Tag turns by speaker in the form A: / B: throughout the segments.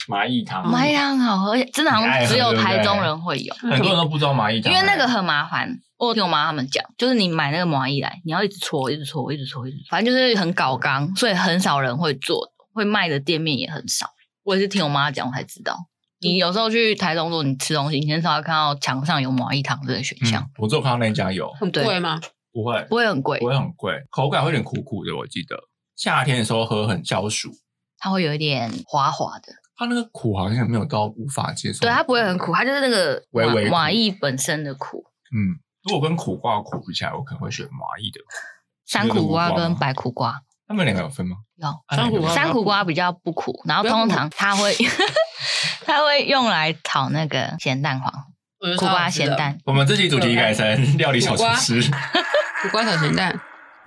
A: 麻薏汤，
B: 麻薏汤好喝，而且真的好像只有台中人会有，
A: 很多人都不知道麻薏汤，
B: 因为那个很麻烦。我听我妈他们讲，就是你买那个麻薏来，你要一直搓，反正就是很搞纲，所以很少人会做，会卖的店面也很少。我也是听我妈讲我才知道。你有时候去台中，如果你吃东西，你很少会看到墙上有麻薏汤这个选项。
A: 我只有看到那家有。
C: 很贵吗？
A: 不会
B: 很贵，
A: 不会很贵，口感会有点苦苦的，我记得夏天的时候喝很消暑，
B: 它会有一点滑滑的。
A: 它那个苦好像没有到无法接受。
B: 对，它不会很苦，它就是那个麻薏本身的苦。
A: 如果跟苦瓜苦比起来，我可能会选麻薏的。
B: 山苦瓜跟白苦瓜，
A: 他们两个有分吗？
B: 有。山苦瓜比较不苦，然后通常它会用来炒那个咸蛋黄，苦瓜咸蛋。
A: 我们这期主题改成料理小厨师，
C: 苦瓜炒咸蛋。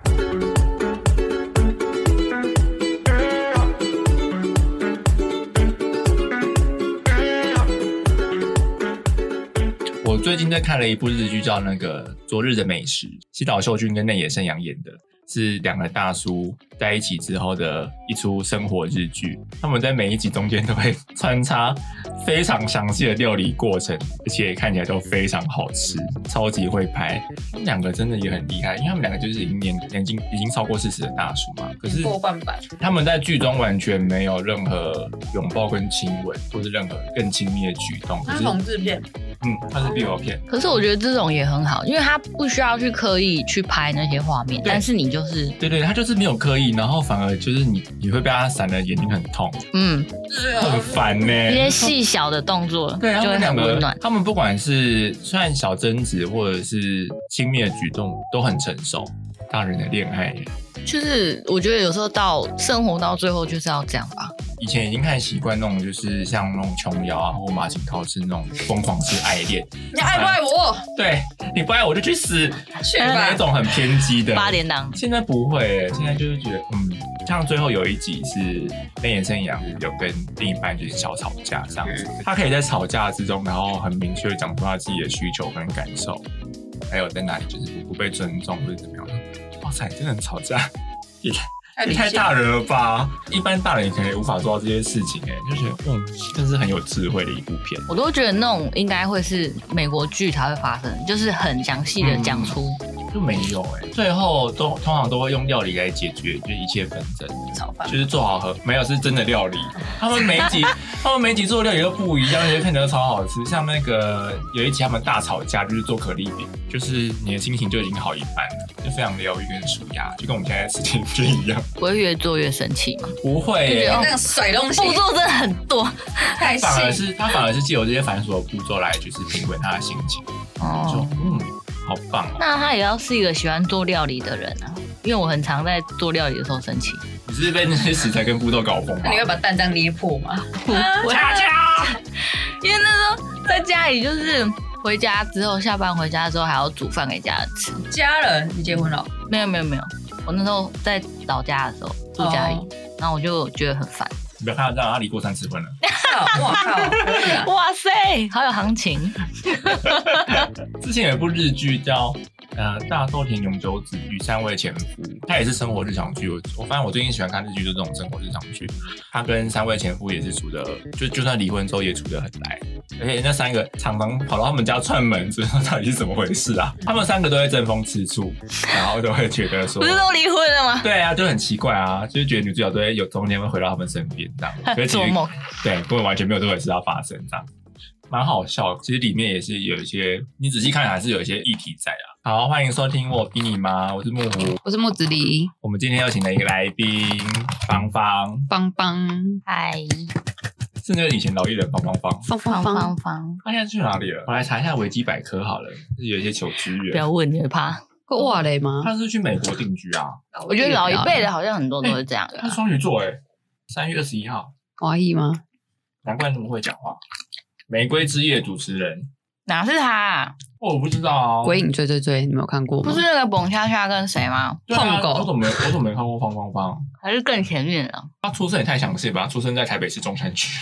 A: 我最近在看了一部日剧，叫那个《昨日的美食》，西岛秀俊跟内野圣阳演的，是两个大叔在一起之后的一出生活日剧。他们在每一集中间都会穿插非常详细的料理过程，而且看起来都非常好吃，超级会拍。他们两个真的也很厉害，因为他们两个就是已经超过40的大叔嘛，可是
C: 过半百。
A: 他们在剧中完全没有任何拥抱跟亲吻，或是任何更亲密的举动。
C: 它是同志片。
A: 它是 BL 片。
B: 可是我觉得这种也很好，因为他不需要去刻意去拍那些画面，但是你就是
A: 对，他就是没有刻意，然后反而就是你会被他闪的眼睛很痛，很烦呢。
B: 一些细小的动作，
A: 对，
B: 就会很温暖。
A: 他们不管是虽然小争执或者是亲密的举动都很成熟，大人的恋爱耶。
B: 就是我觉得有时候到生活到最后就是要这样吧。
A: 以前已经看习惯那种就是像那种琼瑶啊或马景涛是那种疯狂式爱恋，
C: 你爱不爱我？
A: 对，你不爱我就去死，
C: 去吧。
A: 那种很偏激的
B: 8点档。
A: 现在不会耶，现在就是觉得像最后有一集是内野圣阳有跟另一半就是小吵架这样子，他可以在吵架之中然后很明确的讲出他自己的需求跟感受，还有在哪里就是不被尊重或者怎么样。哇塞，真的很吵架，也太大人了吧？一般大人可能也无法做到这些事情，就觉得真是很有智慧的一部片。
B: 我都觉得那种应该会是美国剧才会发生，就是很详细的讲出。
A: 就没有最后通常都会用料理来解决就一切纷争，
C: 炒饭
A: 就是做好喝，没有是真的料理。他们每一集做的料理都不一样，而且看起来都超好吃。像那个有一集他们大吵架，就是做可丽饼，就是你的心情就已经好一半了，就非常疗愈跟舒压，就跟我们现在的事情就一样。
B: 不会越做越生气吗？
A: 不会
C: 那个甩东西
B: 步骤真的很多，
C: 太细。
A: 他反而是借由这些繁琐的步骤来就是平稳他的心情。好棒哦！
B: 那他也要是一个喜欢做料理的人啊，因为我很常在做料理的时候生气。
A: 你是被那些食材跟步骤搞疯吗？
C: 那你会把蛋这样捏破吗？
A: 恰恰，
B: 因为那时候在家里就是回家之后，下班回家之后还要煮饭给家人吃。
C: 家人，你结婚了？
B: 没有，我那时候在老家的时候住家里，然后我就觉得很烦。
A: 你不要看到这样，他离过3次婚了。
C: 哇靠！
B: 哇塞，好有行情。
A: 之前有一部日剧叫大豆田永久子与3位前夫，它也是生活日常剧。我发现我最近喜欢看日剧，就是这种生活日常剧。他跟3位前夫也是处的，就算离婚之后也处得很来。而且那3个常常跑到他们家串门，这到底是怎么回事啊？他们3个都会争风吃醋，然后都会觉得说，
B: 不是都离婚了吗？
A: 对啊，就很奇怪啊，就是觉得女主角都会有中间会回到他们身边这样，
B: 做梦，
A: 对，根本完全没有这回事要发生这样。蛮好笑，其实里面也是有一些，你仔细看还是有一些议题在啊。好，欢迎收听我比你妈，我是木狐，
C: 我是木子梨。
A: 我们今天邀请了一个来宾，芳芳，
B: 嗨，
A: 是那个以前老艺人芳，他现在去哪里了？我来查一下维基百科好了，是有一些求知源。
B: 不要问，你会怕。
C: 会哇嘞吗？
A: 他是去美国定居啊。
B: 我觉得老一辈的好像很多都是这样的。
A: 他双鱼座3月21号。
C: 华裔吗？
A: 难怪那么会讲话。玫瑰之夜主持人
B: 哪是他啊？
A: 我不知道啊。
C: 鬼影追，你没有看过吗？
B: 不是那个蹦恰恰跟谁吗？
C: 碰狗。
A: 我怎么没看过芳？
B: 还是更前面了。
A: 他出生也太详细吧？他出生在台北市中山区。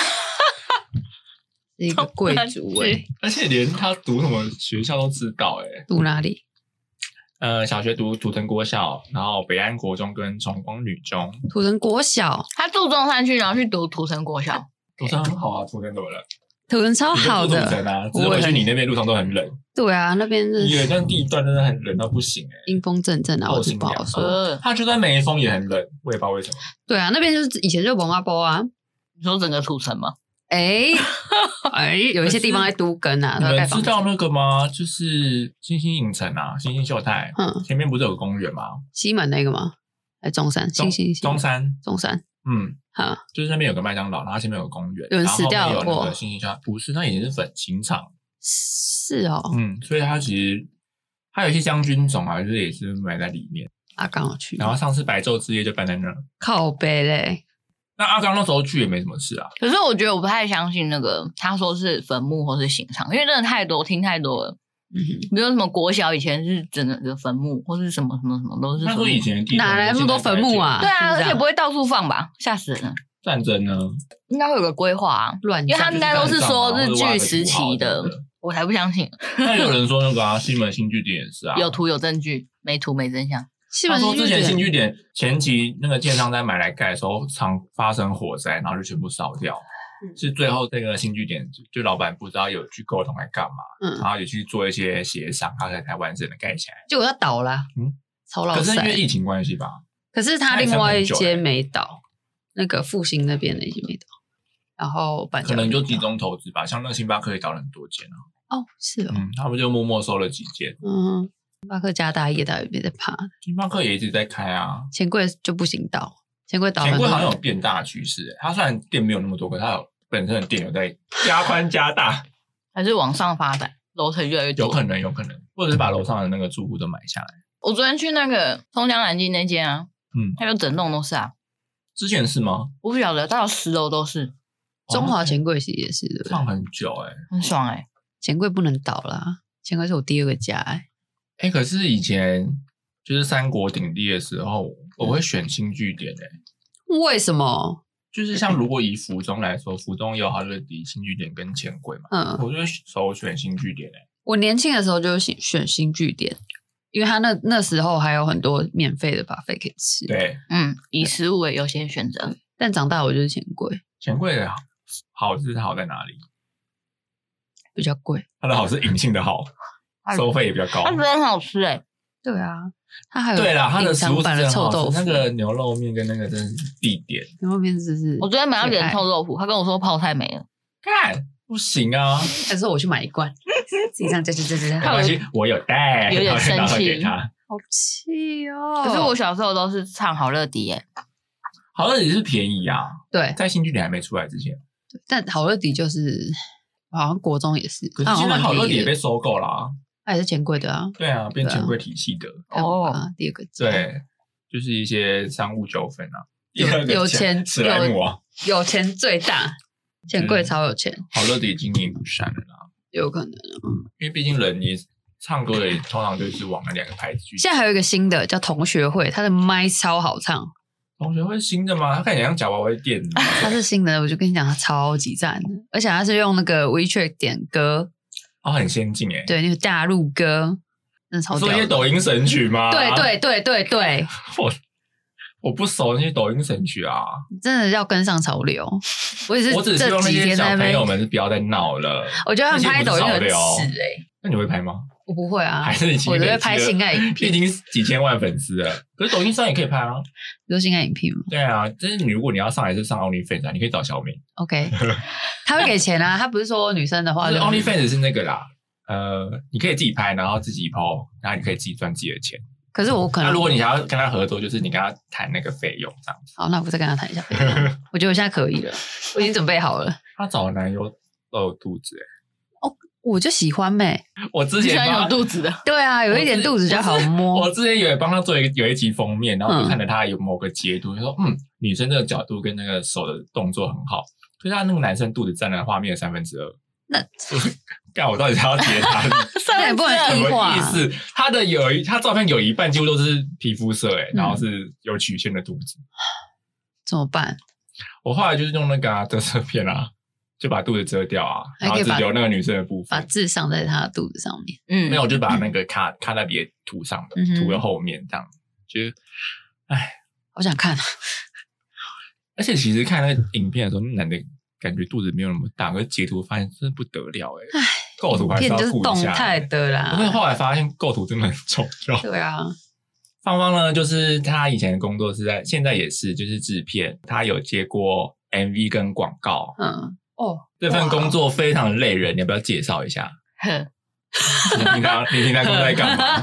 C: 是一个贵族
A: 而且连他读什么学校都知道
C: 读哪里？
A: 小学读土城国小，然后北安国中跟崇光女中。
C: 土城国小，
B: 他住中山区，然后去读土城国小。
A: 土城很好啊，土城怎么了？
C: 土城超好的，
A: 土城啊，只是回去你那边路上都很冷。
C: 对啊，那边是
A: 有一段地段真的很冷到不行
C: 阴风阵阵啊，我就不好说。
A: 它就算没风也很冷，我也不知道为什么。
C: 对啊，那边就是以前就蒙阿波啊。
B: 你说整个土城吗？
C: 有一些地方在都更啊。
A: 你们知道那个吗？就是新兴影城啊，新兴秀泰，前面不是有个公园吗？
C: 西门那个吗？还中山？
A: 中山。
C: 就是
A: 那边有个麦当劳，然后前面有个公园，
C: 有人死掉
A: 了过。有那个新兴秀泰，不是，它以前是粉青厂。
C: 是哦。
A: 所以它其实它有一些将军种啊，就是也是埋在里面。
C: 阿刚有去，
A: 然后上次白昼之夜就搬在那儿。
C: 靠北嘞。
A: 那阿刚那时候去也没什么事啊。
B: 可是我觉得我不太相信那个他说是坟墓或是刑场，因为真的太多，听太多了。比如什么国小以前是整个坟墓，或是什么都是。
A: 他说以前
C: 哪来那么多坟墓啊？
B: 对啊，而且不会到处放吧，吓死人了。
A: 战争呢？
B: 应该会有个规划啊，因为他应该都是说日据时期的，我才不相信。
A: 那有人说那个西门新据点也是啊，
B: 有图有证据，没图没真相。
A: 他说之前新据点前期那个建商在买来盖的时候，常发生火灾，然后就全部烧掉。是最后这个新据点就老板不知道有去沟通来干嘛，然后也去做一些协商，他才完整的盖起来。
C: 结果要倒了，超老。
A: 可是因为疫情关系吧？
C: 可是他另外一间没倒，那个复兴那边的已经没倒，然后可
A: 能就集中投资吧，像那个星巴克也倒了很多间啊。
C: 哦，是哦，
A: 他们就默默收了几间。
C: 星巴克家大业大，有没在怕？
A: 星巴克也一直在开啊，
C: 钱柜就不行倒，钱柜
A: 好像有变大的趋势。它虽然店没有那么多，可是它有本身的店有在加宽加大，
B: 还是往上发展，楼层越来越多。
A: 有可能，或者是把楼上的那个住户都买下来。
B: 我昨天去那个松江南京那间啊，它就整栋都是啊。
A: 之前是吗？
B: 我不晓得，大概10楼都是。
C: 中华钱柜其实也是的，
A: 放很久
B: 很爽
C: 钱柜不能倒啦，钱柜是我第2个家
A: 可是以前就是三国鼎立的时候，我会选新据点
C: 为什么？
A: 就是像如果以府中来说，府中有好乐迪、新据点跟钱柜嘛，我就首选新据点
C: 我年轻的时候就选新据点，因为他那时候还有很多免费的buffet可以吃。
A: 对，
B: 以食物为优先选择。
C: 但长大我就是钱柜。
A: 钱柜的好是好在哪里？
C: 比较贵。
A: 它的好是隐性的好，收费也比较高。
B: 它真的很好吃
C: 对啊，它还有
A: 对啦，它的食物
C: 版的臭豆腐，
A: 那个牛肉面跟那个真是必点。
C: 牛肉面是
B: 我昨天买到点臭豆腐，他跟我说泡菜没了，
A: 看不行啊！
C: 但是我去买一罐，自己这样
A: 没关系，我有带，
B: 有点生气，
C: 好气哦！
B: 可是我小时候都是唱好乐迪
A: 好乐迪是便宜啊，
C: 对，
A: 在新据点还没出来之前，
C: 但好乐迪就是好像国中也是，
A: 可是现在好乐迪也被收购啦。
C: 它也是钱柜的啊，
A: 对啊，变钱柜体系的
C: 第2个
A: 对，就是一些商务纠纷啊。
C: 有钱
A: 史莱姆啊，
C: 有钱最大，钱柜超有钱。
A: 好乐迪经营不善了啦，
C: 有可能
A: 因为毕竟人也唱歌的通常就是往那2个牌子去。
C: 现在还有一个新的叫同学会，它的麦超好唱。
A: 同学会新的吗？它看起来像夹娃娃店。
C: 它是新的，我就跟你讲，它超级赞的，而且它是用那个 WeChat 点歌。
A: 很先进
C: 对，那个大陆歌，真的超屌的。
A: 说一些抖音神曲吗？
C: 对，
A: 我不熟那些抖音神曲啊，
C: 真的要跟上潮流。我
A: 只希望那些小朋友们是不要再闹了。
C: 我觉得他们拍抖音很耻
A: 那你会拍吗？
C: 我不会啊，
A: 还是你
C: 我只会拍性爱影片，
A: 已经几千万粉丝了。可是抖音上也可以拍啊，
C: 比如性爱影片吗？
A: 对啊，就是如果你要上来是上 OnlyFans 啊，你可以找小敏。
C: OK， 他会给钱啊，他不是说女生的话就
A: ，OnlyFans 是那个啦，你可以自己拍，然后自己 po， 然后你可以自己赚自己的钱。
C: 可是我可能，
A: 那如果你想要跟他合作，就是你跟他谈那个费用这样子。
C: 好，那我再跟他谈一下费用。我觉得我现在可以了，我已经准备好了。
A: 他找的男友都有肚子
C: 我就喜欢
A: 我之前
B: 喜欢有肚子的，
C: 对啊，有一点肚子就好摸。
A: 我之前有帮他做有一集封面，然后就看了他有某个截图，就说女生这个角度跟那个手的动作很好，所以他那个男生肚子占了画面的2/3。那干我到底是要截他？
C: 那也不能异化。
A: 什么意思？他照片有一半几乎都是皮肤色然后是有曲线的肚子，
C: 怎么办？
A: 我后来就是用那个遮色片就把肚子遮掉然后只留那个女生的部分，
C: 把字上在她的肚子上面。
A: 没有，我就把那个卡在别涂上的，涂在后面这样。觉得，
C: 好想看。
A: 而且其实看那个影片的时候，那男的感觉肚子没有那么大，可是截图发现真的不得了哎，构图还是要
C: 片就是动
A: 顾一下。
C: 态的啦。
A: 可是后来发现构图真的很重要。
C: 对啊，
A: 芳芳呢，就是她以前的工作是现在也是就是制片，她有接过 MV 跟广告。这份工作非常累人，你要不要介绍一下？你平常工作在干嘛？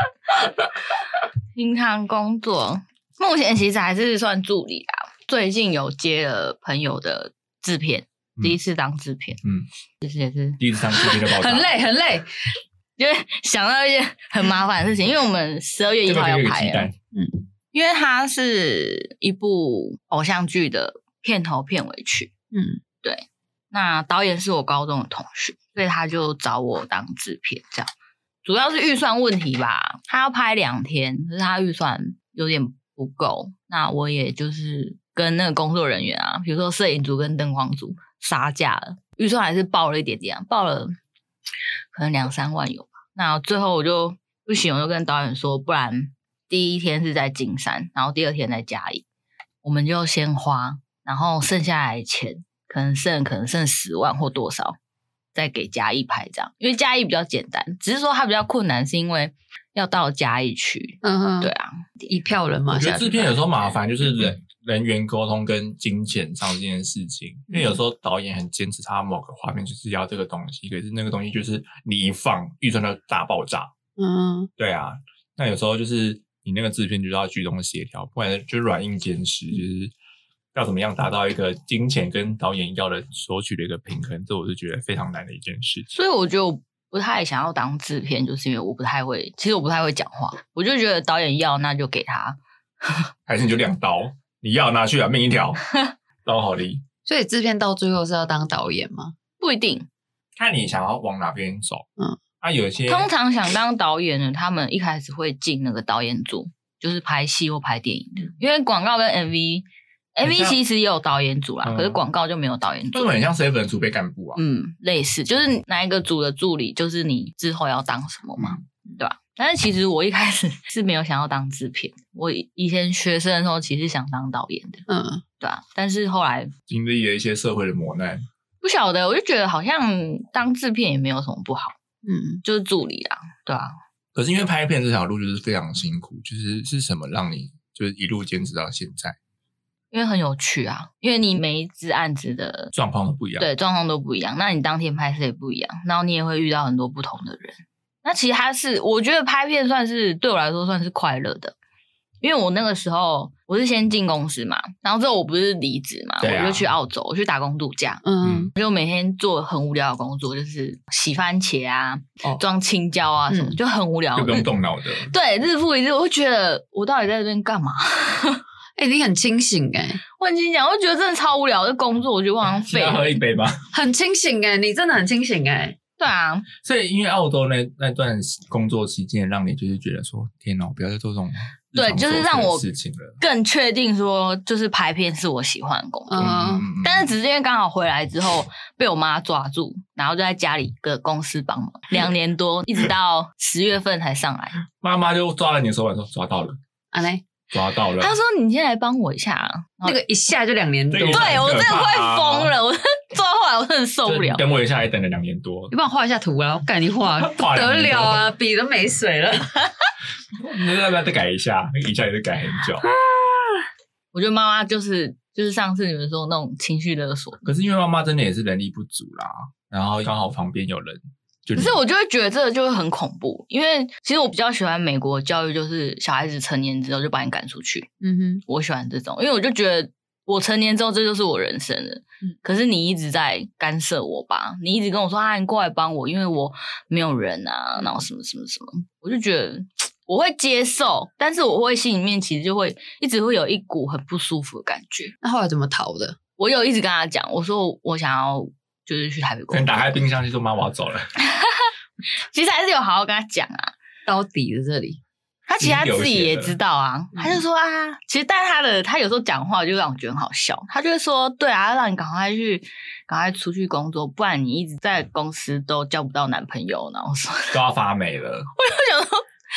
B: 平常工作目前其实还是算助理啦，最近有接了朋友的制片，第一次当制片，其实也是
A: 第一次当制片就爆炸，
C: 很累，
B: 因为想到一件很麻烦的事情，因为我们12月1号要拍了，因为它是一部偶像剧的片头片尾曲，对，那导演是我高中的同学，所以他就找我当制片，这样主要是预算问题吧，他要拍2天，可是他预算有点不够，那我也就是跟那个工作人员啊，比如说摄影组跟灯光组杀价了，预算还是报了一点点，报了可能2-3万有吧。那最后我就不行，我就跟导演说，不然第一天是在金山，然后第2天在嘉义，我们就先花，然后剩下来的钱可能剩10万或多少，再给嘉义拍这样，因为嘉义比较简单，只是说它比较困难，是因为要到嘉义去。对啊，
C: 一票人嘛。
A: 我觉得制片有时候麻烦，就是人员沟通跟金钱上这件事情，因为有时候导演很坚持他某个画面就是要这个东西，可是那个东西就是你一放预算就大爆炸。对啊，那有时候就是你那个制片就是要居中协调，不然就软硬兼施，就是要怎么样达到一个金钱跟导演要的索取的一个平衡，这我是觉得非常难的一件事情。
B: 所以我觉得我不太想要当制片，就是因为我不太会讲话，我就觉得导演要那就给他，
A: 还是你就2刀，你要拿去啊，命一条，刀好利。
C: 所以制片到最后是要当导演吗？
B: 不一定，
A: 看你想要往哪边走。有一些
B: 通常想当导演的，他们一开始会进那个导演组，就是拍戏或拍电影的，因为广告跟 MV 其实也有导演组啦，可是广告就没有导演组。
A: 就很像 7 的储备干部啊。
B: 类似，就是哪一个组的助理，就是你之后要当什么嘛，对吧？但是其实我一开始是没有想要当制片，我以前学生的时候其实想当导演的，对啊。但是后来
A: 经历了一些社会的磨难，
B: 不晓得，我就觉得好像当制片也没有什么不好，就是助理啦，对啊。
A: 可是因为拍片这条路就是非常辛苦，就是是什么让你就是一路坚持到现在？
B: 因为很有趣啊，因为你每一支案子的
A: 状况都不一样，
B: 对，状况都不一样，那你当天拍摄也不一样，然后你也会遇到很多不同的人。那其实我觉得拍片算是对我来说算是快乐的，因为我那个时候我是先进公司嘛，然后之后我不是离职嘛，我就去澳洲，我去打工度假，就每天做很无聊的工作，就是洗番茄啊、装青椒啊什么，就很无聊，
A: 就不用动脑的。
B: 对，日复一日，我会觉得我到底在这边干嘛？
C: 你很清醒
B: 我很清醒，我觉得真的超无聊的工作，我觉得我好像废了。
A: 要喝一杯吗？
C: 很清醒你真的很清醒
B: 对啊，
A: 所以因为澳洲那段工作期间，让你就是觉得说，天哪，我不要再做这种
B: 对，就是让我
A: 事情了，
B: 更确定说，就是拍片是我喜欢的工作。但是只是因为刚好回来之后被我妈抓住，然后就在家里的公司帮忙2年多，一直到10月份才上来。
A: 妈妈就抓了你的手腕说抓到了，抓到了。
B: 他说：“你先来帮我一下啊。”
C: 那个一下就2年多，
B: 对我真的快疯了，我做到后来我真的受不了。
A: 等我一下，也等了2年多。
C: 你帮我画一下图啊！我赶你画，不得了啊，笔都没水了。
A: 你要不要再改一下？那个一下也是改很久。
B: 我觉得妈妈就是上次你们说那种情绪勒索。
A: 可是因为妈妈真的也是人力不足啦，然后刚好旁边有人。
B: 可是我就会觉得这个就会很恐怖，因为其实我比较喜欢美国教育，就是小孩子成年之后就把你赶出去。我喜欢这种，因为我就觉得我成年之后这就是我人生了。可是你一直在干涉我吧，你一直跟我说你过来帮我，因为我没有人啊，然后什么什么什么，我就觉得我会接受，但是我会心里面其实就会一直会有一股很不舒服的感觉。
C: 那后来怎么逃的？
B: 我有一直跟他讲，我说我想要就是去台北工作，
A: 可能打开冰箱就说妈我要走了。
B: 其实还是有好好跟他讲啊，
C: 到底的这里，
B: 他其实他自己也知道啊，他就说其实但是他有时候讲话就让我觉得很好笑，他就会说对啊，让你赶快出去工作，不然你一直在公司都交不到男朋友，然后说
A: 都要发霉了。
B: 我就想说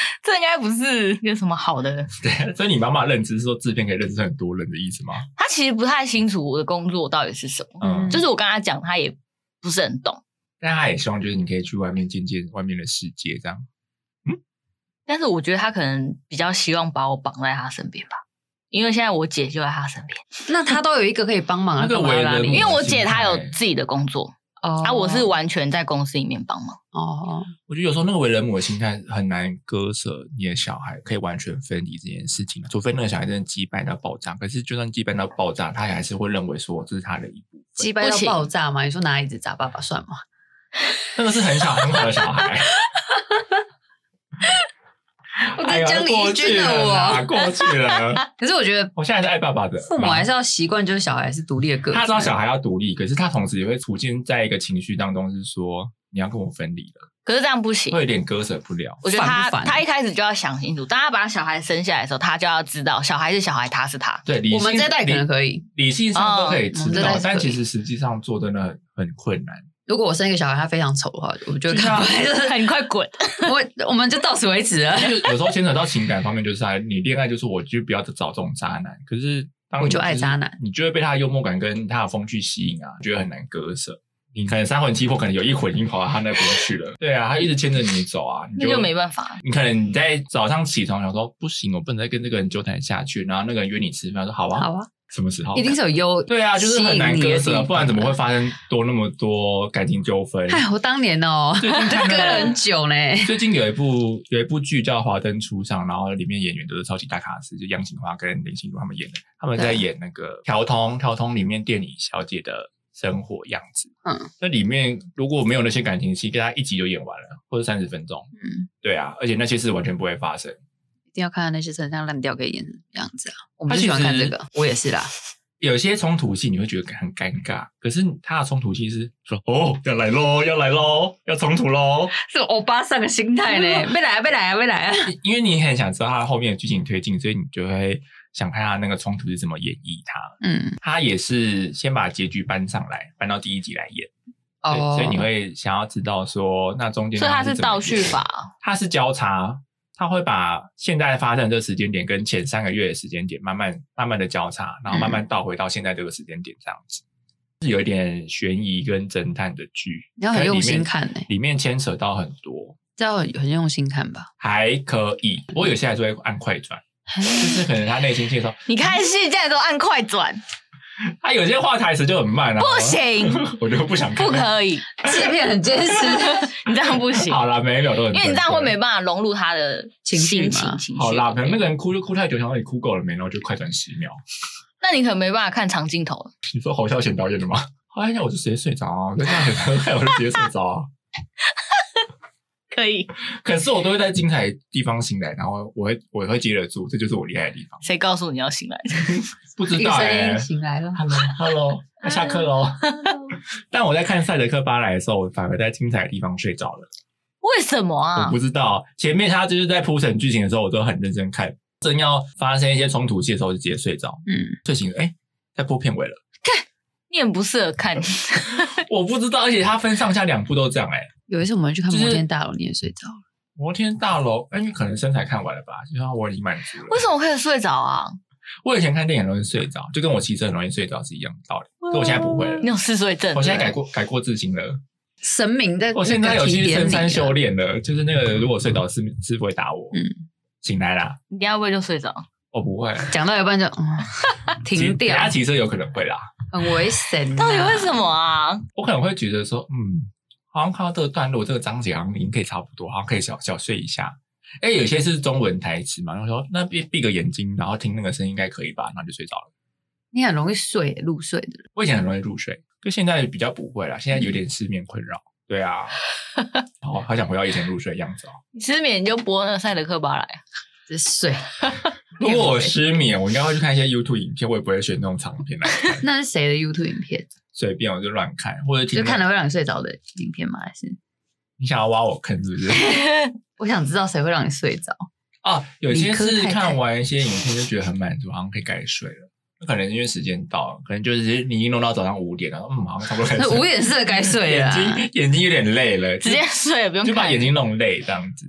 B: 这应该不是有什么好的。
A: 对，所以你妈妈认知是说制片可以认识很多人的意思吗？
B: 他其实不太清楚我的工作到底是什么，就是我跟他讲，他也不是很懂。
A: 但他也希望就是你可以去外面见见外面的世界，这样。
B: 但是我觉得他可能比较希望把我绑在他身边吧，因为现在我姐就在他身边。
C: 那他都有一个可以帮忙，
A: 那个为人，
B: 因为我姐她有自己的工作。我是完全在公司里面帮忙。
A: 我觉得有时候那个为人母的心态很难割舍你的小孩可以完全分离这件事情，除非那个小孩真的羁绊到爆炸。可是就算羁绊到爆炸，他还是会认为说这是他的一部分。
C: 羁绊到爆炸吗？你说拿椅子砸爸爸算吗？
A: 那个是很好的小孩。
C: 我在讲你一军的我，
A: 过去了。
C: 可是我觉得，
A: 我现在是爱爸爸的。
C: 父母还是要习惯，就是小孩是独立的个体。
A: 他知道小孩要独立，可是他同时也会处境在一个情绪当中，是说你要跟我分离了。
B: 可是这样不行，
A: 会有点割舍不了。
B: 我觉得他一开始就要想清楚，当他把小孩生下来的时候，他就要知道小孩是小孩，他是他。
A: 对，
C: 我们这代可能可以，
A: 理性上都可以知道，但其实实际上做真的很困难。
C: 如果我生一个小孩，他非常丑的话，我就看不来，就是
B: 你快滚！
C: 我们就到此为止了。
A: 就有时候牵扯到情感方面，就是你恋爱就是我就不要找这种渣男，可是
C: 我就爱渣男，
A: 你就会被他的幽默感跟他的风趣吸引啊，觉得很难割舍。你可能三魂七魄，可能有一魂已经跑到他那边去了。对啊，他一直牵着你走啊，
B: 那就没办法。
A: 你可能你在早上起床想说不行，我不能再跟这个人纠缠下去，然后那个人约你吃饭，说好啊，
C: 好啊。
A: 什么时候？
C: 一定是有优
A: 对啊，就是很难割舍，不然怎么会发生那么多感情纠纷？
C: 哎，我当年就割了很久呢。
A: 最近有一部剧叫《华灯初上》，然后里面演员都是超级大咖司，就杨谨华跟林心如他们演的，他们在演那个调通里面店里小姐的生活样子。那里面如果没有那些感情戏，跟他一集就演完了，或者30分钟。对啊，而且那些事完全不会发生。
C: 一定要看到那些陈腔滥调可以演成什么样子啊！我们就喜欢看这个，我也是啦。
A: 有些冲突戏你会觉得很尴尬，可是他的冲突戏是说要来咯，要冲突咯，
C: 是欧巴桑的心态呢，被来啊！
A: 因为你很想知道他后面的剧情推进，所以你就会想看他那个冲突是怎么演绎他。他也是先把结局搬上来，搬到第1集来演。所以你会想要知道说那中间，
B: 所以他是倒叙法，
A: 他是交叉。他会把现在发生的这个时间点跟前3个月的时间点慢慢的交叉，然后慢慢倒回到现在这个时间点，这样子是有一点悬疑跟侦探的剧。
C: 你要很用心看
A: 里面牵扯到很多，
C: 这要很用心看吧？
A: 还可以，不过有些还是会按快转，就是可能他内心介绍，
B: 你看戏现在都按快转。
A: 他有些话台词就很慢啊，
B: 不行，
A: 我就不想看，
B: 不可以，
C: 制片很坚持，
B: 你这样不行。
A: 好啦，每一秒都很，
B: 因为你这样会没办法融入他的
C: 情绪嘛。
A: 好啦，可能那个人哭就哭太久，想说你哭够了没，然后就快转10秒。
B: 那你可能没办法看长镜头。
A: 你说侯孝贤导演的吗？后来我就直接睡着啊，跟这样很我就直接睡着啊。
B: 可以，
A: 可是我都会在精彩的地方醒来，然后我会接得住，这就是我厉害的地方。
B: 谁告诉你要醒来？
A: 不知道
C: 醒来了
A: ，Hello， 要下课喽。但我在看《赛德克巴莱》的时候，我反而在精彩的地方睡着了。
B: 为什么啊？
A: 我不知道，前面他就是在铺陈剧情的时候，我都很认真看，正要发生一些冲突戏的时候，就直接睡着。睡醒了，在播片尾了。
B: 你很不适合看。
A: 我不知道，而且他分上下2部都这样
C: 有一次我们去看摩天大楼，你也睡着了。
A: 摩天大楼，因为可能身材看完了吧，就像我已经满足了。
B: 为什么可以睡着啊？
A: 我以前看电影很容易睡着，就跟我骑车很容易睡着是一样的道理。可我现在不会了。
B: 你有嗜睡症？
A: 我现在改过自新了。
C: 神明在，
A: 我现在有去深山修炼了，就是那个如果睡着是不会打我。醒来啦。
B: 你等一下会不会就睡着？
A: 我不会，
C: 讲到一半就停掉。
A: 等下骑车有可能会啦，
C: 很危险。
B: 到底为什么啊？
A: 我可能会觉得说，好像看到这个段落，这个章节好像已经可以差不多，好像可以小睡一下。有些是中文台词嘛，然后说那闭个眼睛，然后听那个声音应该可以吧，然后就睡着了。
C: 你很容易入睡的人。
A: 我以前很容易入睡，就现在比较不会啦，现在有点失眠困扰。对啊，好想回到以前入睡的样子哦。
B: 你失眠你就播那个赛德克巴莱，
C: 直睡。
A: 如果我失眠，我应该会去看一些 YouTube 影片，我也不会选那种长片来看。
C: 那是谁的 YouTube 影片？
A: 随便我就乱看，或者
C: 就看了会让你睡着的影片吗？还是
A: 你想要挖我坑是不是？
C: 我想知道谁会让你睡着
A: 啊？有些是看完一些影片就觉得很满足，好像可以该睡了。可能因为时间到了，可能就是你已经弄到早上5点了，好像差不多该睡。
C: 5点是该睡了，
A: 眼睛有点累了，
B: 直接睡了，不用看，
A: 就把眼睛弄累这样子。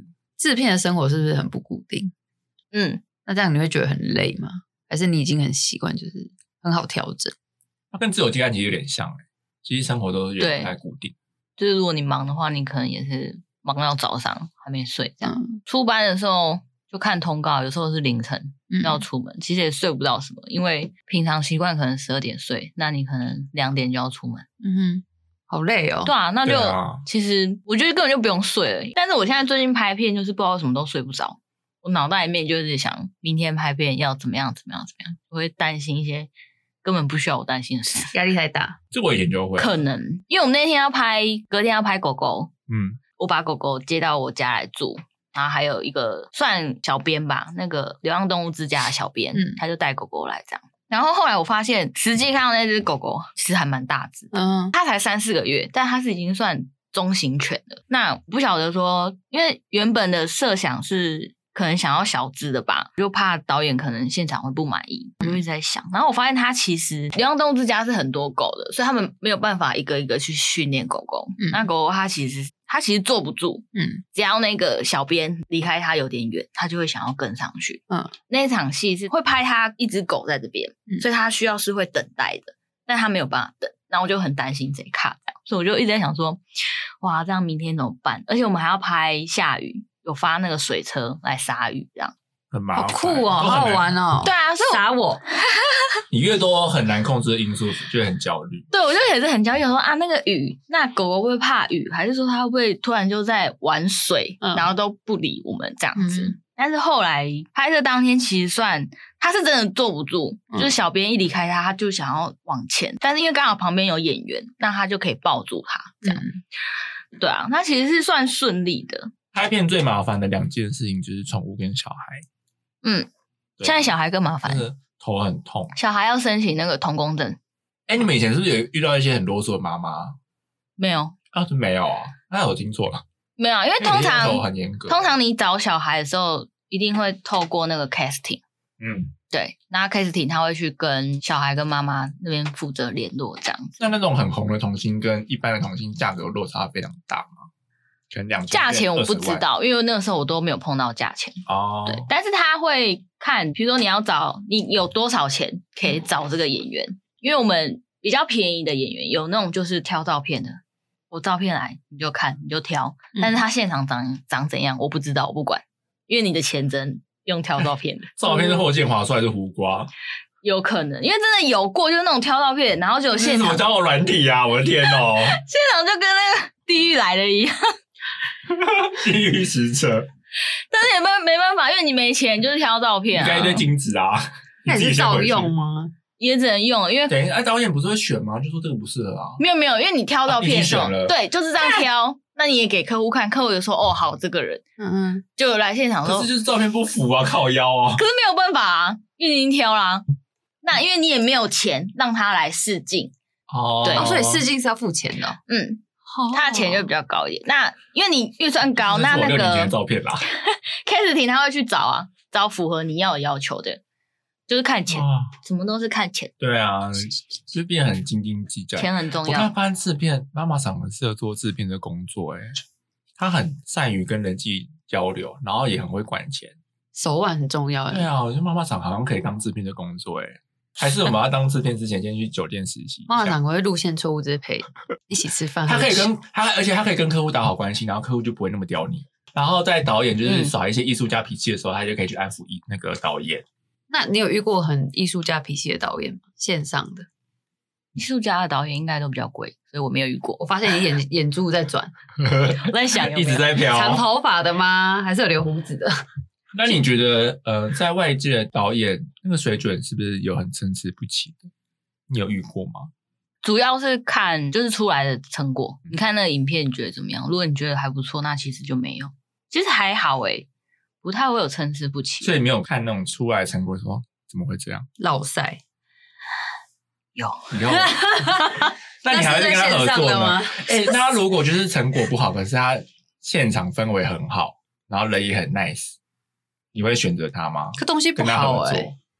C: 制片的生活是不是很不固定？那这样你会觉得很累吗？还是你已经很习惯，就是很好调整？
A: 它跟自由接案其实有点像其实生活都是有点不太固定。
B: 就是如果你忙的话，你可能也是忙到早上还没睡这样。出班的时候就看通告，有时候是凌晨要出门，其实也睡不到什么，因为平常习惯可能12点睡，那你可能2点就要出门。
C: 好累哦。
B: 对啊，那就其实我觉得根本就不用睡了。但是我现在最近拍片就是不知道为什么都睡不着，我脑袋里面就是想明天拍片要怎么样，我会担心一些根本不需要我担心的事，
C: 压力太大。
A: 这我以前就会
B: 可能，因为我们那天隔天要拍狗狗，我把狗狗接到我家来住，然后还有一个算小编吧，那个流浪动物之家的小编，他就带狗狗来这样。然后后来我发现，实际看到那只狗狗其实还蛮大只，它才3-4个月，但它是已经算中型犬了。那不晓得说，因为原本的设想是可能想要小只的吧，就怕导演可能现场会不满意，我就一直在想。然后我发现它其实流浪动物之家是很多狗的，所以他们没有办法一个一个去训练狗狗。那狗狗它其实坐不住，只要那个小编离开它有点远，它就会想要跟上去。那一场戏是会拍它一只狗在这边，所以它需要是会等待的，但它没有办法等。然后我就很担心这一卡这样，所以我就一直在想说，哇，这样明天怎么办？而且我们还要拍下雨，有发那个水车来洒雨，这样
A: 很麻烦，
C: 好酷哦，好好玩哦。
B: 对啊，所以
C: 洒我。
A: 你越多很难控制的因素，就会很焦虑。
B: 对，我就也是很焦虑，说啊，那个雨，那狗狗会不会怕雨，还是说它会不会突然就在玩水，然后都不理我们这样子？但是后来拍摄当天，其实他是真的坐不住，就是小编一离开他就想要往前，但是因为刚好旁边有演员，那他就可以抱住他，这样。对啊，那其实是算顺利的。
A: 拍片最麻烦的2件事情就是宠物跟小孩。
B: 现在小孩更麻烦，
A: 头很痛，
B: 小孩要申请那个童工证。
A: 你们以前是不是有遇到一些很啰嗦的妈妈？
B: 没有啊，
A: 没有啊，那我听错了。
B: 没有，因为通常
A: 很严格。
B: 通常你找小孩的时候，一定会透过那个 casting。对，那 casting 他会去跟小孩跟妈妈那边负责联络这样子。
A: 那种很红的童星跟一般的童星价格落差非常大吗？可能2000
B: 价钱我不知道，因为那个时候我都没有碰到价钱。对，但是他会看，比如说你有多少钱可以找这个演员，因为我们比较便宜的演员有那种就是挑照片的，我照片来你就看你就挑，但是他现场长怎样我不知道，我不管，因为你的钱真用挑照片的。
A: 照片是后键滑出来是胡瓜，
B: 有可能，因为真的有过，就是那种挑照片，然后就有现场。
A: 什么交友软体啊？我的天哦！
B: 现场就跟那个地狱来的一样，
A: 地狱使者。
B: 但是也没办法，因为你没钱，就是挑照片啊。
A: 应该一堆金子啊，
C: 那也是照用吗？
B: 也只能用，因为
A: 等于导演不是会选吗？就说这个不适合啊。
B: 没有，因为你挑照片的时候，对，就是这样挑。那你也给客户看，客户就说哦好，这个人，就有来现场说，
A: 可是就是照片不符啊，靠腰啊。
B: 可是没有办法啊，因为你已经挑啦。那因为你也没有钱让他来试镜对，
C: 所以试镜是要付钱的。
B: 他的钱就比较高一点。那因为你预算高，那个
A: 照片啦
B: casting 他会去找符合你要求的，就是看钱，什么都是看钱。
A: 对啊，就变很斤斤计较，
B: 钱很重要。
A: 我看发现制片妈妈桑很适合做制片的工作，他很善于跟人际交流，然后也很会管钱，
C: 手腕很重要。
A: 对啊，我觉得妈妈桑好像可以当制片的工作还是我们要当制片之前先去酒店实习。
C: 妈妈桑会路线错误，直接陪一起吃饭。
A: 而且他可以跟客户打好关系，然后客户就不会那么刁你。然后在导演就是耍一些艺术家脾气的时候，他就可以去安抚那个导演。
C: 那你有遇过很艺术家脾气的导演吗？线上的
B: 艺术家的导演应该都比较贵，所以我没有遇过。
C: 我发现你眼珠在转，
B: 我在想
A: 一直在飘。
C: 长头发的吗？还是有留胡子的？
A: 那你觉得在外界的导演那个水准是不是有很参差不齐的？你有遇过吗？
B: 主要是看就是出来的成果，你看那个影片你觉得怎么样？如果你觉得还不错，那其实就没有，其实还好不太会有参差不齐。
A: 所以没有看那种出来的成果说怎么会这样？
C: 落赛
B: 有
A: 那你还会跟他合作吗？那如果就是成果不好，可是他现场氛围很好，然后人也很 nice， 你会选择他吗？
C: 可东西不好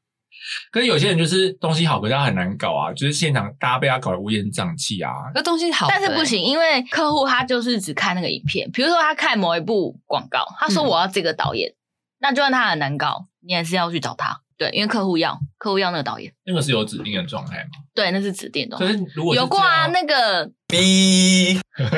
A: 可是有些人就是东西好，可是他很难搞啊，就是现场大家被他搞得乌烟瘴气啊。
C: 那东西好，
B: 但是不行，因为客户他就是只看那个影片，比如说他看某一部广告，他说我要这个导演，那就算他很难搞，你还是要去找他。对，因为客户要那个导演，
A: 那个是有指定的状态吗？
B: 对，那是指定的。
A: 可是如果是
B: 有过啊，那个
D: B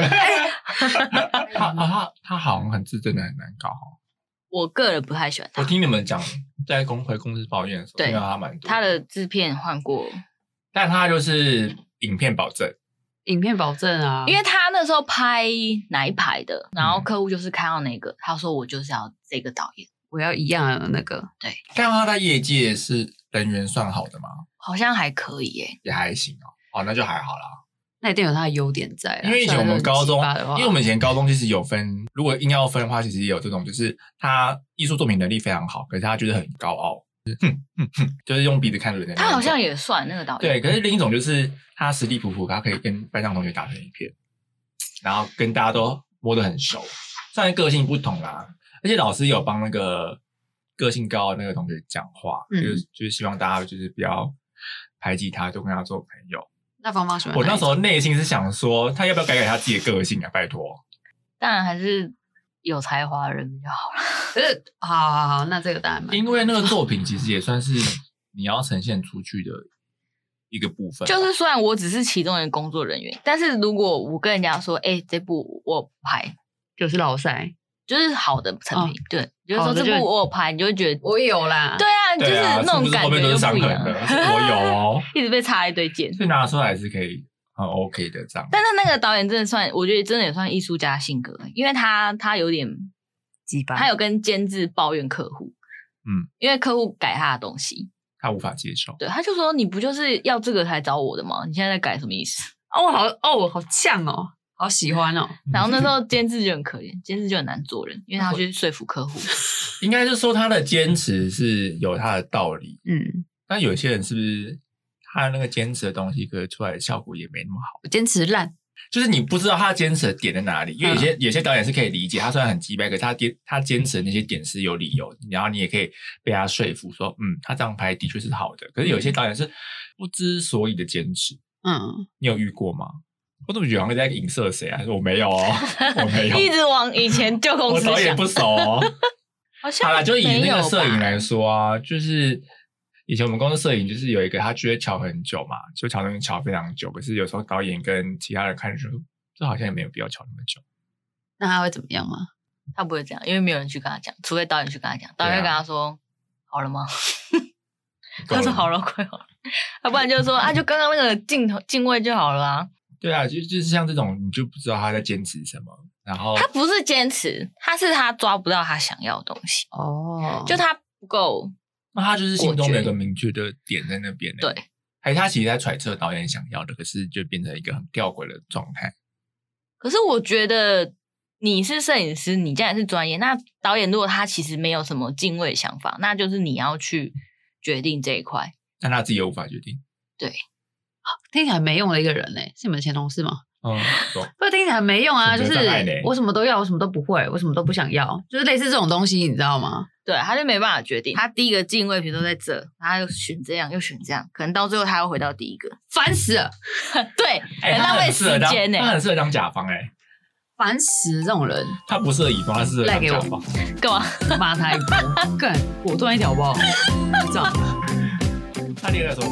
A: 他好像真的很难搞。
B: 我个人不太喜欢他。
A: 我听你们讲，在回公司抱怨的时候，
B: 对
A: 听到他蛮多。
B: 他的制片换过，
A: 但他就是影片保证。
C: 影片保证啊，
B: 因为他那时候拍哪一排的，然后客户就是看到那个，他说我就是要这个导演，
C: 我要一样的那个。
B: 对，
A: 但他在业界是人缘算好的吗？
B: 好像还可以耶，
A: 也还行哦。那就还好啦。
C: 那一定有他的优点在啦，
A: 因为以前我们高中，因为我们以前高中其实有分，如果硬要分的话，其实也有这种，就是他艺术作品能力非常好，可是他就是很高傲，就是用鼻子看人的那种。
B: 他好像也算那个导演。
A: 对，可是另一种就是他实力普普，他可以跟班上同学打成一片，然后跟大家都摸得很熟，虽然个性不同啦，而且老师有帮那个个性高的那个同学讲话，就是希望大家就是不要排挤他，多跟他做朋友。
C: 那芳芳喜欢
A: 我那时候内心是想说，他要不要改他自己的个性啊？拜托，
B: 当然还是有才华的人比较好啦。
C: 可是好，那这个当然
A: 因为那个作品其实也算是你要呈现出去的一个部分。
B: 就是虽然我只是其中一个工作人员，但是如果我跟人家说，这部我拍，
C: 就是老塞，
B: 就是好的成品，对，就是说这部我有拍，你就会觉得
C: 我有啦。
B: 对啊，就是那种感觉就不一样。
A: 我有哦，
B: 一直被插一堆剑，
A: 所以拿出来是可以很 OK 的这样。
B: 但是那个导演真的算，我觉得真的也算艺术家性格，因为他有点
C: 鸡巴，
B: 他有跟监制抱怨客户，因为客户改他的东西，
A: 他无法接受。
B: 对，他就说你不就是要这个才找我的吗？你现在在改什么意思？
C: 好呛哦。好喜欢哦，
B: 然后那时候监制就很可怜，监制就很难做人，因为他要去说服客户。
A: 应该是说他的坚持是有他的道理，但有些人是不是他那个坚持的东西，可是出来的效果也没那么好，
C: 坚持烂，
A: 就是你不知道他坚持的点在哪里。因为有些导演是可以理解，他虽然很鸡掰，可是他坚持的那些点是有理由，然后你也可以被他说服说，他这样拍的确是好的。可是有些导演是不知所以的坚持，你有遇过吗？我怎么觉得好像在影射谁啊？我没有哦，我没有，
B: 一直往以前旧公司想。
A: 我导演不熟哦。好啦，就以那个摄影来
B: 说，
A: 说啊，就是以前我们公司摄影就是有一个，他就会瞧很久嘛，就瞧东西瞧非常久。可是有时候导演跟其他人看的时候，这好像也没有必要瞧那么久。
C: 那他会怎么样吗？
B: 他不会这样，因为没有人去跟他讲，除非导演去跟他讲，导演会跟他说：“好了吗？”他说：“好了，快好了。”要不然就是说：“就刚刚那个镜位就好了啊。”
A: 对啊，就是像这种，你就不知道他在坚持什么。然后
B: 他不是坚持，他抓不到他想要的东西
C: 哦，
B: 就他不够。
A: 那他就是心中有一个明确的点在那边。
B: 对，
A: 还是他其实在揣测导演想要的，可是就变成一个很吊诡的状态。
B: 可是我觉得你是摄影师，你既然是专业，那导演如果他其实没有什么敬畏想法，那就是你要去决定这一块。
A: 但他自己也无法决定。
B: 对。
C: 听起来没用的一个人嘞，是你们前同事吗？
A: 不
C: 听起来没用啊，就是我什么都要，我什么都不会，我什么都不想要，就是类似这种东西，你知道吗？
B: 对，他就没办法决定。他第一个敬畏，比如说在这，他又选这样，又选这样，可能到最后他又回到第一个，
C: 烦死了。
B: 对，很浪费时间呢。
A: 他很适合当甲方
C: 烦死这种人。
A: 他不适合乙方，他适合当甲方。
B: 干嘛？
C: 骂他一波，干果断一条好不好？这样。
A: 他另外说。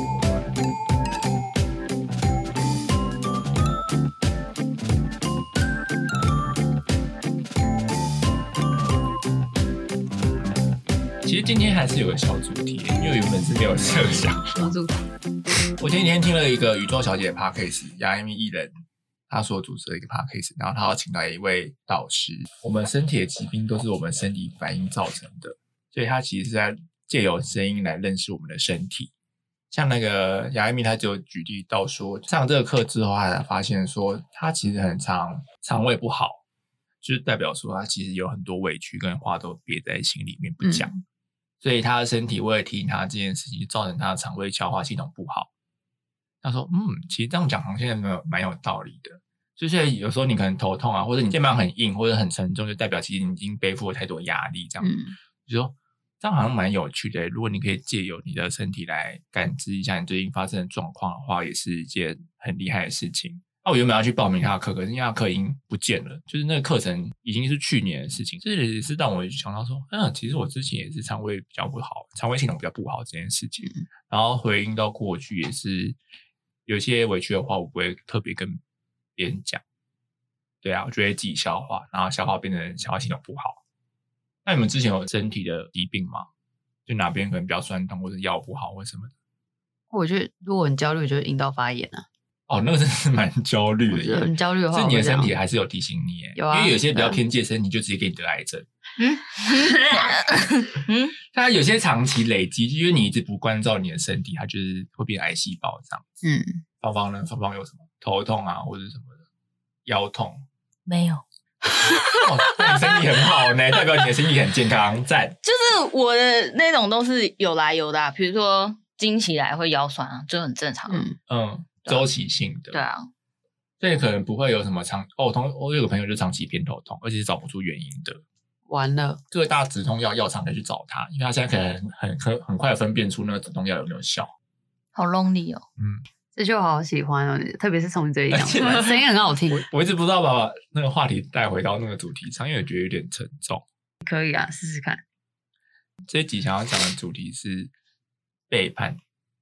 A: 其实今天还是有个小主题，因为原本是没有设想。
C: 小主题，
A: 我前几天听了一个宇宙小姐的 podcast， 亚裔艺人他所主持的一个 podcast， 然后他要请来一位导师。我们身体的疾病都是我们身体反应造成的，所以他其实是在借由声音来认识我们的身体。像那个亚裔他就举例到说，上这个课之后，他才发现说，他其实很肠胃不好，就是代表说他其实有很多委屈跟话都憋在心里面不讲。所以他的身体为了提醒他这件事情，造成他的肠胃消化系统不好。他说其实这样讲好像现在蛮有道理的。所以有时候你可能头痛啊，或者你肩膀很硬或者很沉重，就代表其实你已经背负了太多压力这样。就说这样好像蛮有趣的。如果你可以借由你的身体来感知一下你最近发生的状况的话，也是一件很厉害的事情。我原本要去报名他的课，可是因为他的课已经不见了，就是那个课程已经是去年的事情。这也是让我想到说，其实我之前也是肠胃比较不好，肠胃系统比较不好这件事情。然后回应到过去也是有些委屈的话，我不会特别跟别人讲。对啊，我就会自己消化，然后消化变成消化系统不好。那你们之前有身体的疾病吗？就哪边可能比较酸痛，或者腰不好，或什么的？
C: 我觉得如果很焦虑，就是阴道发炎啊。
A: 那个真的是蛮焦虑的。
C: 我觉得很焦虑的话，
A: 是你的身体还是有提醒你耶？
C: 有啊，
A: 因为有些比较偏激的身体就直接给你得癌症。它有些长期累积，因为你一直不关照你的身体，它就是会变癌细胞这样子。芳芳呢？芳芳有什么头痛啊，或者什么的腰痛？
B: 没有。
A: 那你身体很好呢，代表你的身体很健康，赞。
B: 就是我的那种都是有来有的，比如说经期来会腰酸啊，就很正常。
A: 周期性的。
B: 对啊，
A: 所以可能不会有什么我有个朋友就长期偏头痛，而且是找不出原因的。
C: 完了，
A: 各大止痛药厂可以去找他，因为他现在可能很快的分辨出那个止痛药有没有效。
B: 好 lonely 哦。
C: 这就好喜欢哦，特别是从你这里讲出来，声音很好听。
A: 我一直不知道把那个话题带回到那个主题上，因为我觉得有点沉重。
C: 可以啊，试试看。
A: 这一集想要讲的主题是背叛。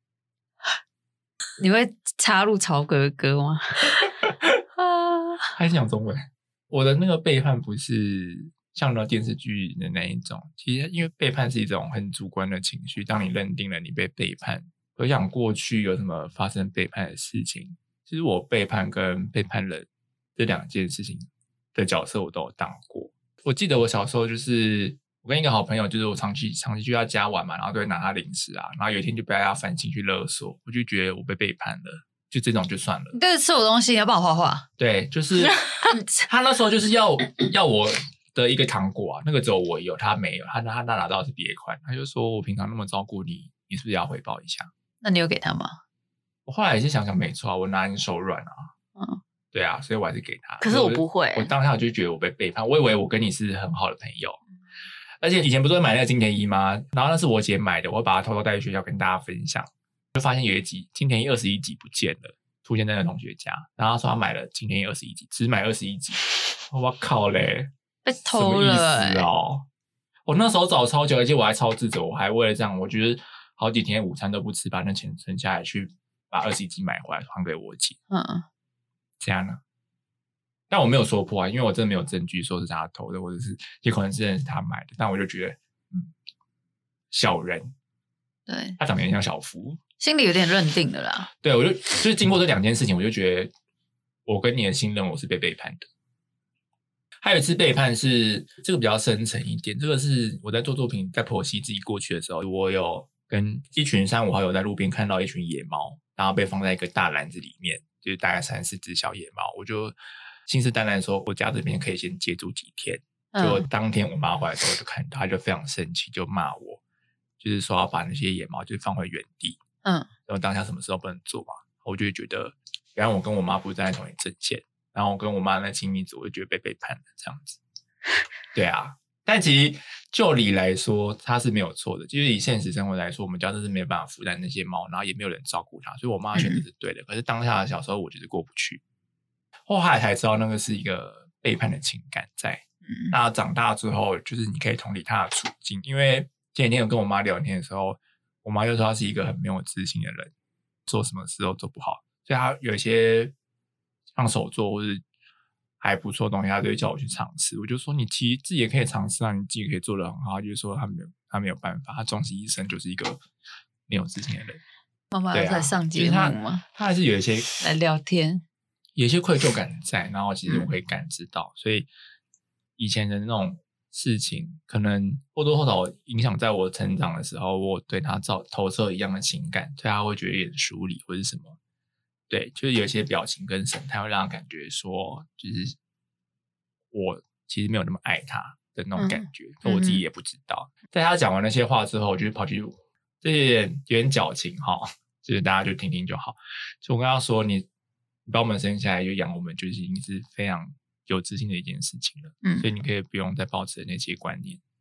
C: 你会插入曹格的歌吗？
A: 还是讲中文？我的那个背叛不是像那电视剧的那一种，其实因为背叛是一种很主观的情绪，当你认定了你被背叛，回想过去有什么发生背叛的事情，其实我背叛跟背叛人这两件事情的角色我都有当过。我记得我小时候就是我跟一个好朋友，就是我长期去他家玩嘛，然后都会拿他零食啊，然后有一天就被他烦情绪勒索，我就觉得我被背叛了，就这种就算了。
C: 你这是吃我东西，你要帮我画画？
A: 对，就是他那时候就是要我的一个糖果啊，那个只有我有，他没有，他拿到的是别款，他就说我平常那么照顾你，你是不是要回报一下？
C: 那你有给他吗？
A: 我后来也是想想没错啊，我拿你手软啊。对啊，所以我还是给他。
B: 可是我不会，
A: 我当下就觉得我被背叛，我以为我跟你是很好的朋友，而且以前不是会买那个金田一吗？然后那是我姐买的，我把它偷偷带去学校跟大家分享，就发现有一集金田一21集不见了，出现在那个同学家，然后他说他买了金田一21集，只买21集，我靠嘞，
C: 被偷了
A: 什么意思哦？我那时候找超久，而且我还超自责，我还为了这样，我觉得好几天午餐都不吃，把那钱存下来去把21集买回来还给我姐。这样呢？但我没有说破啊，因为我真的没有证据说是他偷的，或者是也可能是他买的。但我就觉得，小人，
C: 对，
A: 他长得有点像小夫，
C: 心里有点认定的啦。
A: 对，我就是经过这两件事情，我就觉得我跟你的信任我是被背叛的。还有一次背叛是这个比较深层一点，这个是我在做作品在剖析自己过去的时候，我有跟一群3-5好友在路边看到一群野猫，然后被放在一个大篮子里面，就是大概3-4只小野猫，我就信誓旦旦说我家这边可以先借住几天。就当天我妈回来的时候就看到，她就非常生气，就骂我，就是说要把那些野猫就放回原地。然后当下什么事都不能做嘛，我就会觉得原来我跟我妈不站在同一阵线，然后我跟我妈那亲密子我就觉得被背叛了这样子。对啊，但其实就理来说他是没有错的，就是以现实生活来说，我们家真是没有办法负担那些猫，然后也没有人照顾它，所以我妈选择是对的。可是当下的小时候我就是过不去，后来才知道那个是一个背叛的情感在。那长大之后就是你可以同理他的处境，因为前几天有跟我妈聊天的时候，我妈就说她是一个很没有自信的人，做什么事都做不好，所以她有一些像手作或是还不错的东西，她就会叫我去尝试。我就说你其实自己也可以尝试啊，你自己可以做得很好。她就说她没有办法，她终其一生就是一个没有自信的人。
C: 妈妈要来上节目吗？
A: 她还是有一些
C: 来聊天，
A: 有一些愧疚感在，然后其实我可以感知到，所以以前的那种事情可能或多或少影响在我成长的时候，我对他投射一样的情感，对他会觉得有点疏离或是什么。对，就是有一些表情跟神态会让他感觉说，就是我其实没有那么爱他的那种感觉，我自己也不知道。在他讲完那些话之后，我就跑去，这有点矫情哈，就是大家就听听就好。就我跟他说，你把我们生下来就养我们，就是已经是非常有自信的一件事情了，所以你可以不用再抱持那些观念。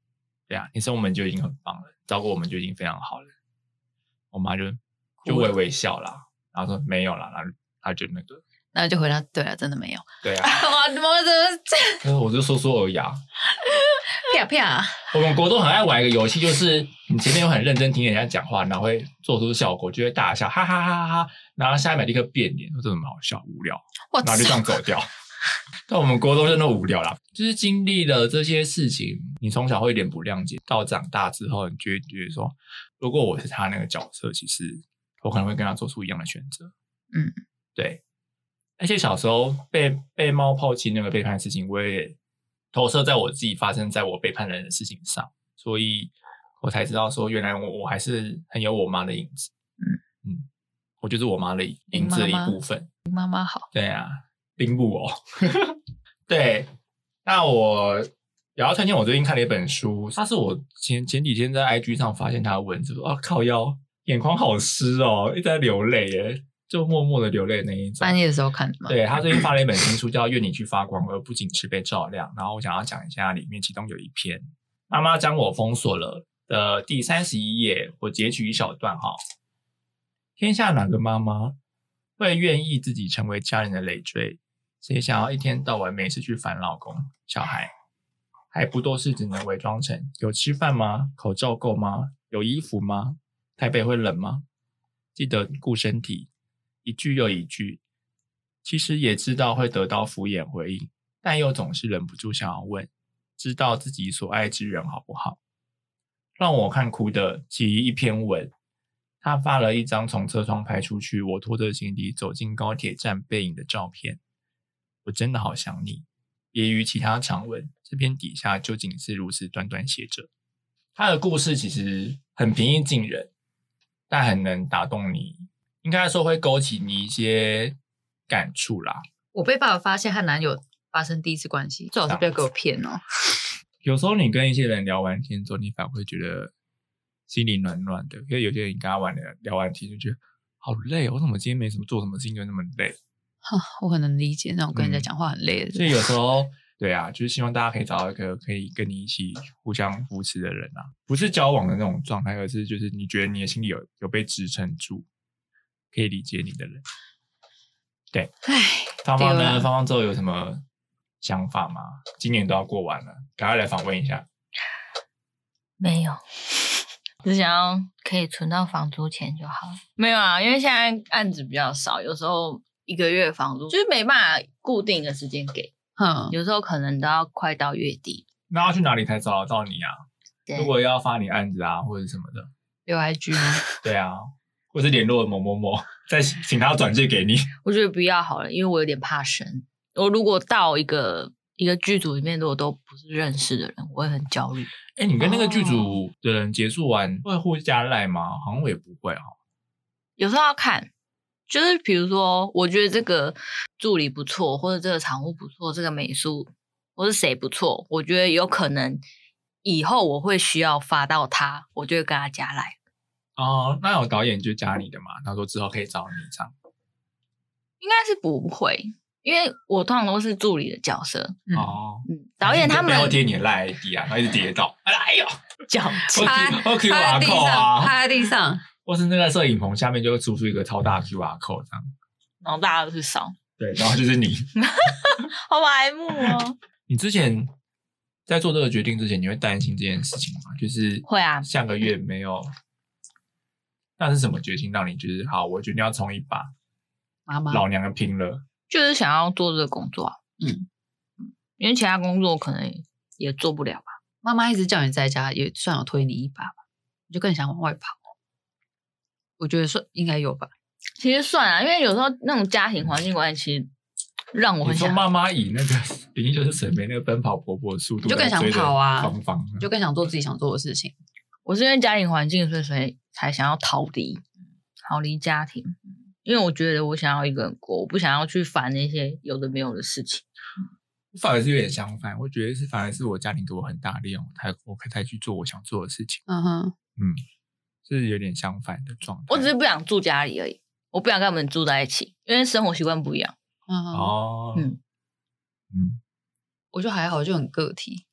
A: 对啊，你生我们就已经很棒了，照顾我们就已经非常好了。我妈就微微笑啦，然后说没有啦，然后她就那个，
C: 然后就回答对啊，真的没有。
A: 对啊，
C: 哇，怎么这
A: 我就说而已啊。
C: 啪啪？
A: 我们国中很爱玩一个游戏，就是你前面有很认真听人家讲话，然后会做出效果，就会大笑，哈哈哈哈哈，然后下一秒立刻变脸，说这怎么好笑，无聊，然后就这样走掉。但我们国中真的无聊啦，就是经历了这些事情，你从小会有点不谅解，到长大之后，你就会觉得说，如果我是他那个角色，其实我可能会跟他做出一样的选择。
C: 嗯，
A: 对。而且小时候被猫抛弃那个背叛的事情，我也投射在我自己发生在我背叛人的事情上，所以我才知道说，原来我还是很有我妈的影子。我就是我妈的影子的一部分。
C: 妈妈好。
A: 对啊，冰布哦。对，那我也要推荐我最近看了一本书，它是我前几天在 IG 上发现它的文字，说靠腰，眼眶好湿哦，一直在流泪耶。就默默的流泪那一种。
C: 半夜的时候看的吗？
A: 对，他最近发了一本新书叫《愿你去发光，而不仅是被照亮》。然后我想要讲一下里面其中有一篇妈妈将我封锁了的第31页，我截取一小段哈。天下哪个妈妈会愿意自己成为家人的累赘？谁想要一天到晚没事去烦老公小孩？还不都是只能伪装成有吃饭吗？口罩够吗？有衣服吗？台北会冷吗？记得顾身体。一句又一句，其实也知道会得到敷衍回应，但又总是忍不住想要问，知道自己所爱之人好不好？让我看哭的其一篇文，他发了一张从车窗拍出去，我拖着行李走进高铁站背影的照片。我真的好想你。别于其他长文，这篇底下究竟是如此短短写着。他的故事其实很平易近人，但很能打动你。应该说会勾起你一些感触啦。
C: 我被爸爸发现和男友发生第一次关系，最好是不要给我骗哦。
A: 有时候你跟一些人聊完天之后，你反而会觉得心里暖暖的，因为有些人你跟他聊完天就觉得好累哦，为什么今天没什么做什么事情就那么累？
C: 我很能理解那种跟人家讲话很累的。
A: 所以有时候对啊，就是希望大家可以找到一个可以跟你一起互相扶持的人啊，不是交往的那种状态，而是就是你觉得你的心里有被支撑住，可以理解你的人。对，芳芳呢？芳芳之后有什么想法吗？今年都要过完了，赶快来访问一下。
B: 没有，只想要可以存到房租钱就好了。没有啊，因为现在案子比较少，有时候1个月房租就是没办法固定的时间给，有时候可能都要快到月底。
A: 那要去哪里才找得到你啊？如果要发你案子啊，或者什么的，
C: 有 IG 吗？
A: 对啊，或是联络某某某，再请他转介给你。我
B: 觉得不要好了，因为我有点怕生。我如果到一个剧组里面，如果都不是认识的人，我会很焦虑。
A: 你跟那个剧组的人结束完会互加赖吗？好像我也不会哈。
B: 有时候要看，就是比如说，我觉得这个助理不错，或者这个场务不错，这个美术或是谁不错，我觉得有可能以后我会需要发到他，我就会跟他加赖。
A: 哦，那有导演就加你的嘛？他说之后可以找你这样。
B: 应该是不会，因为我通常都是助理的角色。导演他们
A: 背后贴你的赖 ID 啊，然后一直跌倒，哎呦，
B: 脚
A: 或 QR code 啊，
C: 趴在地上，
A: 或是那个摄影棚下面就会出一个超大 QR code 这样，
B: 然后大家都去扫。
A: 对，然后就是你，
B: 好白目哦。
A: 你之前在做这个决定之前，你会担心这件事情吗？就是
B: 会啊，
A: 下个月没有。那是什么决心让你就是好？我决定要冲一把，
C: 妈妈
A: 老娘拼了，
B: 就是想要做这个工作啊。因为其他工作可能也做不了吧。
C: 妈妈一直叫你在家，也算有推你一把吧，你就更想往外跑。我觉得算应该有吧。
B: 其实算啊，因为有时候那种家庭环境关系，其实让我很想。
A: 你说妈妈以那个明明就是沈眉那个奔跑伯伯的速度，
C: 你就更想跑啊，
A: 芳芳
C: 你就更想做自己想做的事情。
B: 我是因为家庭环境，所以才想要逃离家庭，因为我觉得我想要一个人过，我不想要去烦那些有的没有的事情。
A: 我反而是有点相反，我觉得反而是我家庭给我很大力量，我才去做我想做的事情。是有点相反的状态。
B: 我只是不想住家里而已，我不想跟他们住在一起，因为生活习惯不一样。
C: 我就还好，就很个体。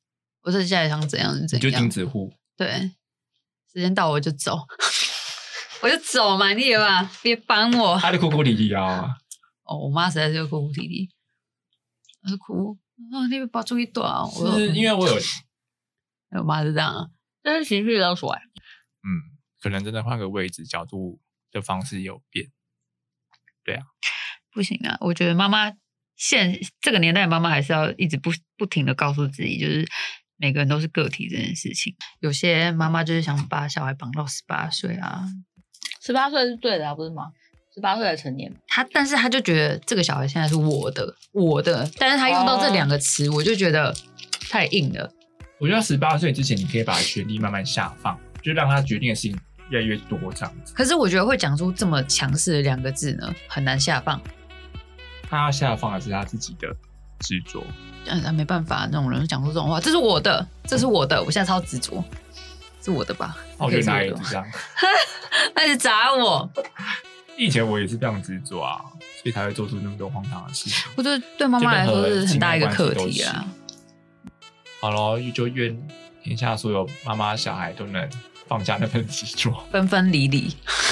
C: 我接下来想怎样是怎样，
A: 你就钉子户。
C: 对，时间到我就走，我就走嘛，你也吧，别帮我。
A: 他就哭哭啼啼啊。
C: 哦，我妈实在是哭哭啼啼，她就哭，你把注意短，
A: 是因为我有，
C: 我妈是这样啊，
B: 这是情绪勒索哎。
A: 可能真的换个位置角度的方式有变。对啊，
C: 不行啊，我觉得妈妈这个年代的妈妈还是要一直不停的告诉自己，就是每个人都是个体这件事情。有些妈妈就是想把小孩绑到18岁啊
B: ，18岁是对的啊，不是吗？18岁才成年，
C: 但是他就觉得这个小孩现在是我的，但是他用到这2个词，我就觉得太硬了。
A: 我觉得18岁之前，你可以把权力慢慢下放，就让他决定的事情越来越多这样子。
C: 可是我觉得会讲出这么强势的2个字呢，很难下放。
A: 他要下放的是他自己的执着。
C: 没办法，那种人讲出这种话，这是我的，我现在超执着，是我的吧？
A: 我觉得哪里是这样？
C: 那你砸我！
A: 以前我也是这样执着啊，所以才会做出那么多荒唐的事情。
C: 我觉得对妈妈来说是很大一个课题啊。
A: 好咯，就愿天下所有妈妈小孩都能放下那份执着，
C: 分分离离，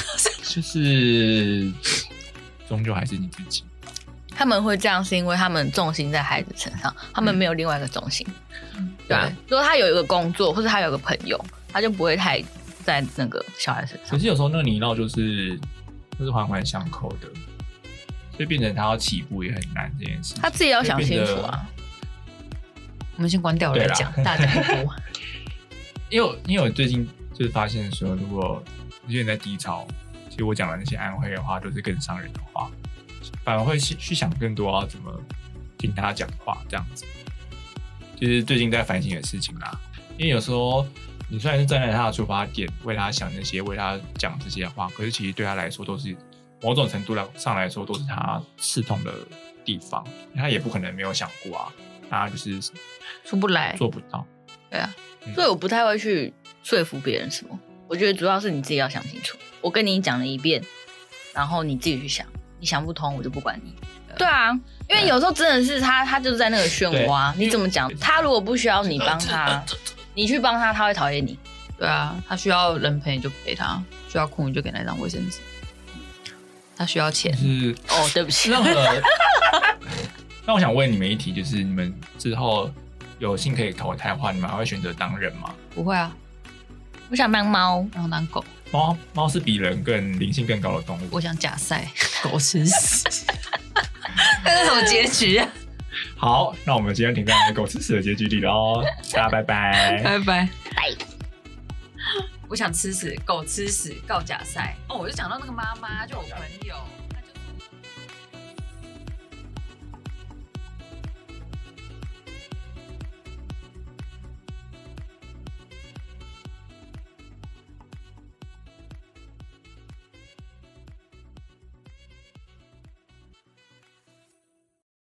A: 就是终究还是你自己。
B: 他们会这样是因为他们重心在孩子身上，他们没有另外一个重心。对啊，如果他有一个工作，或者他有个朋友，他就不会太在那个小孩身上。
A: 可是有时候那个泥淖就是环环相扣的，所以变成他要起步也很难这件事。
B: 他自己要想清楚啊。
C: 我们先关掉来讲，大家讲一波。
A: 因为我最近就是发现说，如果有些人在低潮，其实我讲的那些安慰的话，都是更伤人的话，反而会去想更多要怎么听他讲话这样子。就是最近在反省的事情啦。因为有时候你虽然是站在他的出发点，为他想那些，为他讲这些话，可是其实对他来说都是某种程度上来说都是他刺痛的地方，他也不可能没有想过啊。他就是
C: 出不来，
A: 做不到。
C: 对啊，
B: 所以我不太会去说服别人什么。我觉得主要是你自己要想清楚。我跟你讲了一遍，然后你自己去想，你想不通我就不管你。对啊，因为有时候真的是他就是在那个漩涡，你怎么讲？他如果不需要你帮他，你去帮他，他会讨厌你。
C: 对啊，他需要人陪你就陪他，需要哭你就给他一张卫生纸。他需要钱。
B: 哦，对不起。
A: 那我想问你们一题，就是你们之后有幸可以投胎的话，你们还会选择当人吗？
C: 不会啊，
B: 我想当猫，
C: 然后当狗。
A: 猫是比人更灵性更高的动物。
C: 我想假赛，狗吃屎。那是什么结局啊？
A: 好，那我们今天停在狗吃屎的结局里喽，大家拜拜，
C: 拜拜，
B: 拜。
C: 我想吃屎，狗吃屎，告假赛。哦，我就讲到那个妈妈，就我朋友。